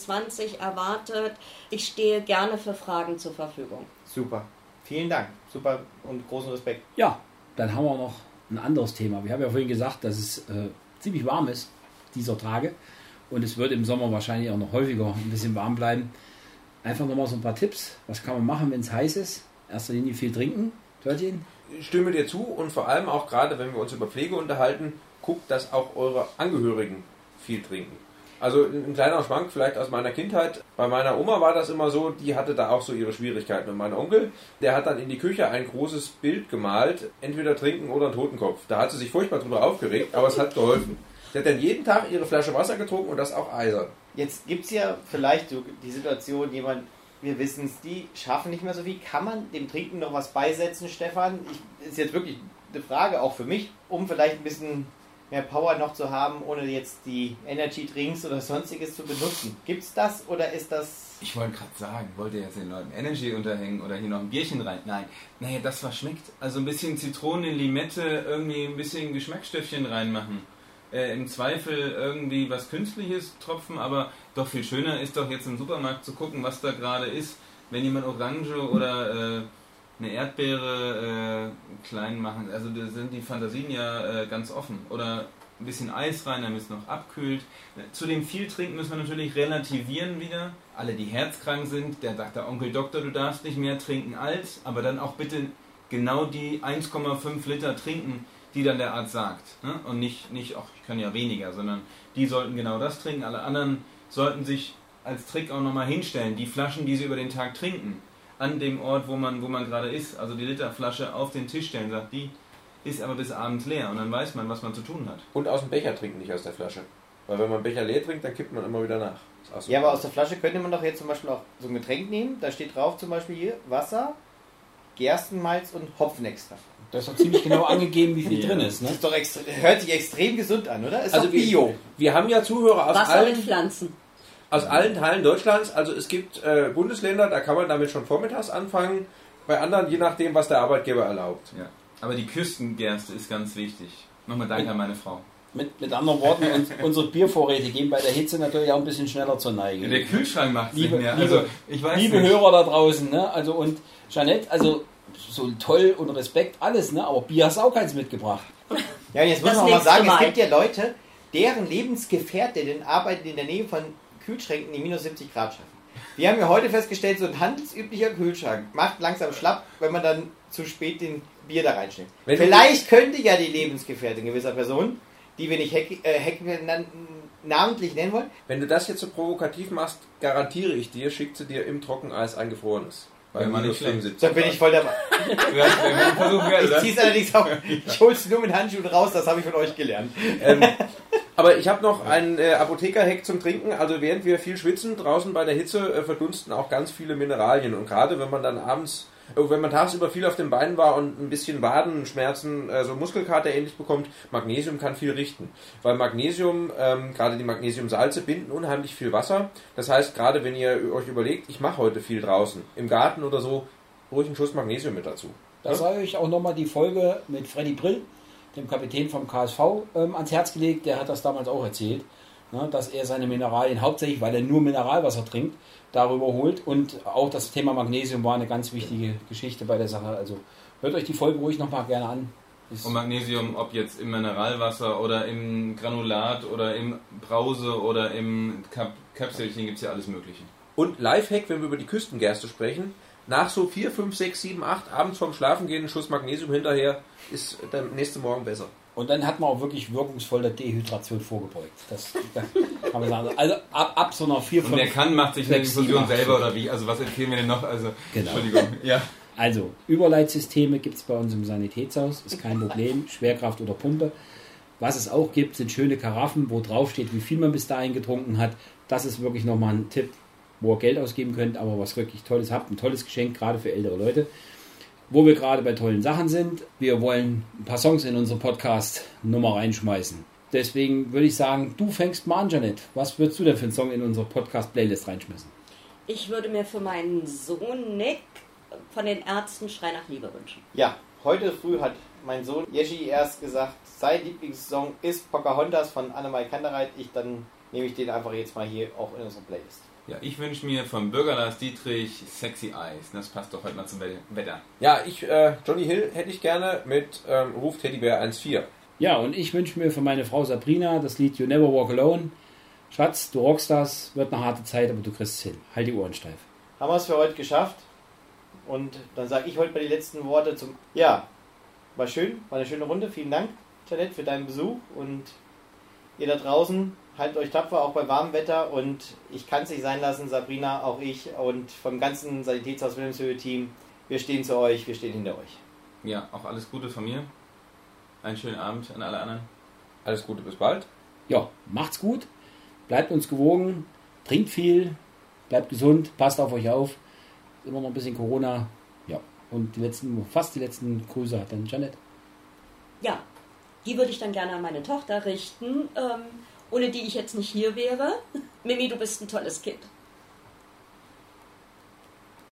21 erwartet, ich stehe gerne für Fragen zur Verfügung. Super. Vielen Dank. Super und großen Respekt. Ja, dann haben wir noch ein anderes Thema. Wir haben ja vorhin gesagt, dass es ziemlich warm ist dieser Tage. Und es wird im Sommer wahrscheinlich auch noch häufiger ein bisschen warm bleiben. Einfach nochmal so ein paar Tipps. Was kann man machen, wenn es heiß ist? In erster Linie viel trinken. Törtchen? Ich stimme dir zu und vor allem auch gerade, wenn wir uns über Pflege unterhalten, guckt, dass auch eure Angehörigen viel trinken. Also ein kleiner Schwank vielleicht aus meiner Kindheit. Bei meiner Oma war das immer so, die hatte da auch so ihre Schwierigkeiten. Und mein Onkel, der hat dann in die Küche ein großes Bild gemalt, entweder trinken oder einen Totenkopf. Da hat sie sich furchtbar drüber aufgeregt, aber es hat geholfen. Sie hat dann jeden Tag ihre Flasche Wasser getrunken und das auch eisern. Jetzt gibt es ja vielleicht so die Situation, wir wissen es, die schaffen nicht mehr so viel. Kann man dem Trinken noch was beisetzen, Stefan? Ist jetzt wirklich eine Frage auch für mich, um vielleicht ein bisschen mehr Power noch zu haben, ohne jetzt die Energy Drinks oder sonstiges zu benutzen. Gibt es das oder ist das... Ich wollte gerade sagen, wollt ihr jetzt den Leuten Energy unterhängen oder hier noch ein Bierchen rein? Nein, naja, das was schmeckt. Also ein bisschen Zitrone, Limette, irgendwie ein bisschen Geschmacksstöffchen reinmachen. Im Zweifel irgendwie was Künstliches tropfen, aber doch viel schöner ist doch jetzt im Supermarkt zu gucken, was da gerade ist. Wenn jemand Orange oder eine Erdbeere klein machen, also da sind die Fantasien ja ganz offen. Oder ein bisschen Eis rein, damit es noch abkühlt. Zu dem viel trinken müssen wir natürlich relativieren wieder. Alle, die herzkrank sind, der sagt der Onkel Doktor, du darfst nicht mehr trinken als, aber dann auch bitte genau die 1,5 Liter trinken, die dann der Arzt sagt. Ne? Und nicht, ach, ich kann ja weniger, sondern die sollten genau das trinken. Alle anderen sollten sich als Trick auch nochmal hinstellen. Die Flaschen, die sie über den Tag trinken, an dem Ort, wo man gerade ist, also die Literflasche auf den Tisch stellen, sagt, die ist aber bis abends leer und dann weiß man, was man zu tun hat. Und aus dem Becher trinken, nicht aus der Flasche. Weil wenn man einen Becher leer trinkt, dann kippt man immer wieder nach. Ja, aber aus der Flasche könnte man doch jetzt zum Beispiel auch so ein Getränk nehmen. Da steht drauf zum Beispiel hier Wasser, Gerstenmalz und Hopfenextrakt. Das ist doch ziemlich genau angegeben, wie viel drin ist. Ne? Das ist doch hört sich extrem gesund an, oder? Ist also doch Bio. Wir haben ja Zuhörer aus Wasser mit Pflanzen. Aus allen Teilen Deutschlands. Also es gibt Bundesländer, da kann man damit schon vormittags anfangen. Bei anderen, je nachdem, was der Arbeitgeber erlaubt. Ja. Aber die Küstengerste ist ganz wichtig. Nochmal Danke an meine Frau. Mit anderen Worten, unsere Biervorräte gehen bei der Hitze natürlich auch ein bisschen schneller zur Neige. Der Kühlschrank macht es nicht mehr. Liebe Hörer da draußen, ne? Also und Jeanette, also so toll und Respekt, alles, ne? Aber Bier hast auch keins mitgebracht. Ja, jetzt muss man mal sagen, es gibt ja Leute, deren Lebensgefährtinnen arbeiten in der Nähe von Kühlschränken, die minus 70 Grad schaffen. Wir haben ja heute festgestellt, so ein handelsüblicher Kühlschrank macht langsam schlapp, wenn man dann zu spät den Bier da reinstellt. Vielleicht könnte ja die Lebensgefährtin gewisser Person, die wir nicht namentlich nennen wollen. Wenn du das jetzt so provokativ machst, garantiere ich dir, schickt sie dir im Trockeneis ein gefrorenes. Weil man nicht 75. Da bin ich voll dabei. Ich ziehe es allerdings auch. Ich hole es nur mit Handschuhen raus, das habe ich von euch gelernt. Aber ich habe noch einen Apotheker-Hack zum Trinken. Also während wir viel schwitzen, draußen bei der Hitze verdunsten auch ganz viele Mineralien. Und gerade wenn man dann abends Wenn man tagsüber viel auf den Beinen war und ein bisschen Wadenschmerzen, so Muskelkater ähnlich bekommt, Magnesium kann viel richten. Weil Magnesium, gerade die Magnesiumsalze, binden unheimlich viel Wasser. Das heißt, gerade wenn ihr euch überlegt, ich mache heute viel draußen, im Garten oder so, ruhig einen Schuss Magnesium mit dazu. Da sei euch auch nochmal die Folge mit Freddy Brill, dem Kapitän vom KSV, ans Herz gelegt. Der hat das damals auch erzählt, ne, dass er seine Mineralien hauptsächlich, weil er nur Mineralwasser trinkt, darüber holt. Und auch das Thema Magnesium war eine ganz wichtige Geschichte bei der Sache. Also hört euch die Folge ruhig nochmal gerne an. Und Magnesium, ob jetzt im Mineralwasser oder im Granulat oder im Brause oder im Kapselchen, gibt es ja alles Mögliche. Und Lifehack, wenn wir über die Küstengerste sprechen, nach so 4, 5, 6, 7, 8 abends vorm Schlafengehen einen Schuss Magnesium hinterher, ist der nächste Morgen besser. Und dann hat man auch wirklich wirkungsvoll der Dehydration vorgebeugt. Das kann man sagen. Also ab so einer 4, 5... Und wer macht sich eine Infusion selber oder wie? Also was empfehlen wir denn noch? Also, genau. Entschuldigung. Ja. Also, Überleitsysteme gibt es bei uns im Sanitätshaus, ist kein Problem, Schwerkraft oder Pumpe. Was es auch gibt, sind schöne Karaffen, wo drauf steht, wie viel man bis dahin getrunken hat. Das ist wirklich nochmal ein Tipp, wo ihr Geld ausgeben könnt, aber was wirklich Tolles habt, ein tolles Geschenk, gerade für ältere Leute. Wo wir gerade bei tollen Sachen sind, wir wollen ein paar Songs in unseren Podcast-Nummer reinschmeißen. Deswegen würde ich sagen, du fängst mal an, Janet. Was würdest du denn für einen Song in unsere Podcast-Playlist reinschmeißen? Ich würde mir für meinen Sohn Nick von den Ärzten Schrei nach Liebe wünschen. Ja, heute früh hat mein Sohn Jeschi erst gesagt, sein Lieblingssong ist Pocahontas von Annemai Kantereit. Dann nehme ich den einfach jetzt mal hier auch in unsere Playlist. Ja, ich wünsche mir von Bürger Lars Dietrich Sexy Eyes. Das passt doch heute mal zum Wetter. Ja, Johnny Hill hätte ich gerne mit Ruf Teddybär 1.4. Ja, und ich wünsche mir für meine Frau Sabrina das Lied You Never Walk Alone. Schatz, du rockst das, wird eine harte Zeit, aber du kriegst es hin. Halt die Ohren steif. Haben wir es für heute geschafft. Und dann sage ich heute mal die letzten Worte zum... Ja, war schön, war eine schöne Runde. Vielen Dank, Janet, für deinen Besuch. Und ihr da draußen, haltet euch tapfer, auch bei warmem Wetter. Und ich kann es nicht sein lassen, Sabrina, auch ich und vom ganzen Sanitätshaus Wilhelmshöhe-Team. Wir stehen zu euch, wir stehen hinter euch. Ja, auch alles Gute von mir. Einen schönen Abend an alle anderen. Alles Gute, bis bald. Ja, macht's gut, bleibt uns gewogen, trinkt viel, bleibt gesund, passt auf euch auf. Ist immer noch ein bisschen Corona. Ja, und fast die letzten Grüße hat dann Janet. Ja, die würde ich dann gerne an meine Tochter richten, ohne die ich jetzt nicht hier wäre. Mimi, du bist ein tolles Kind.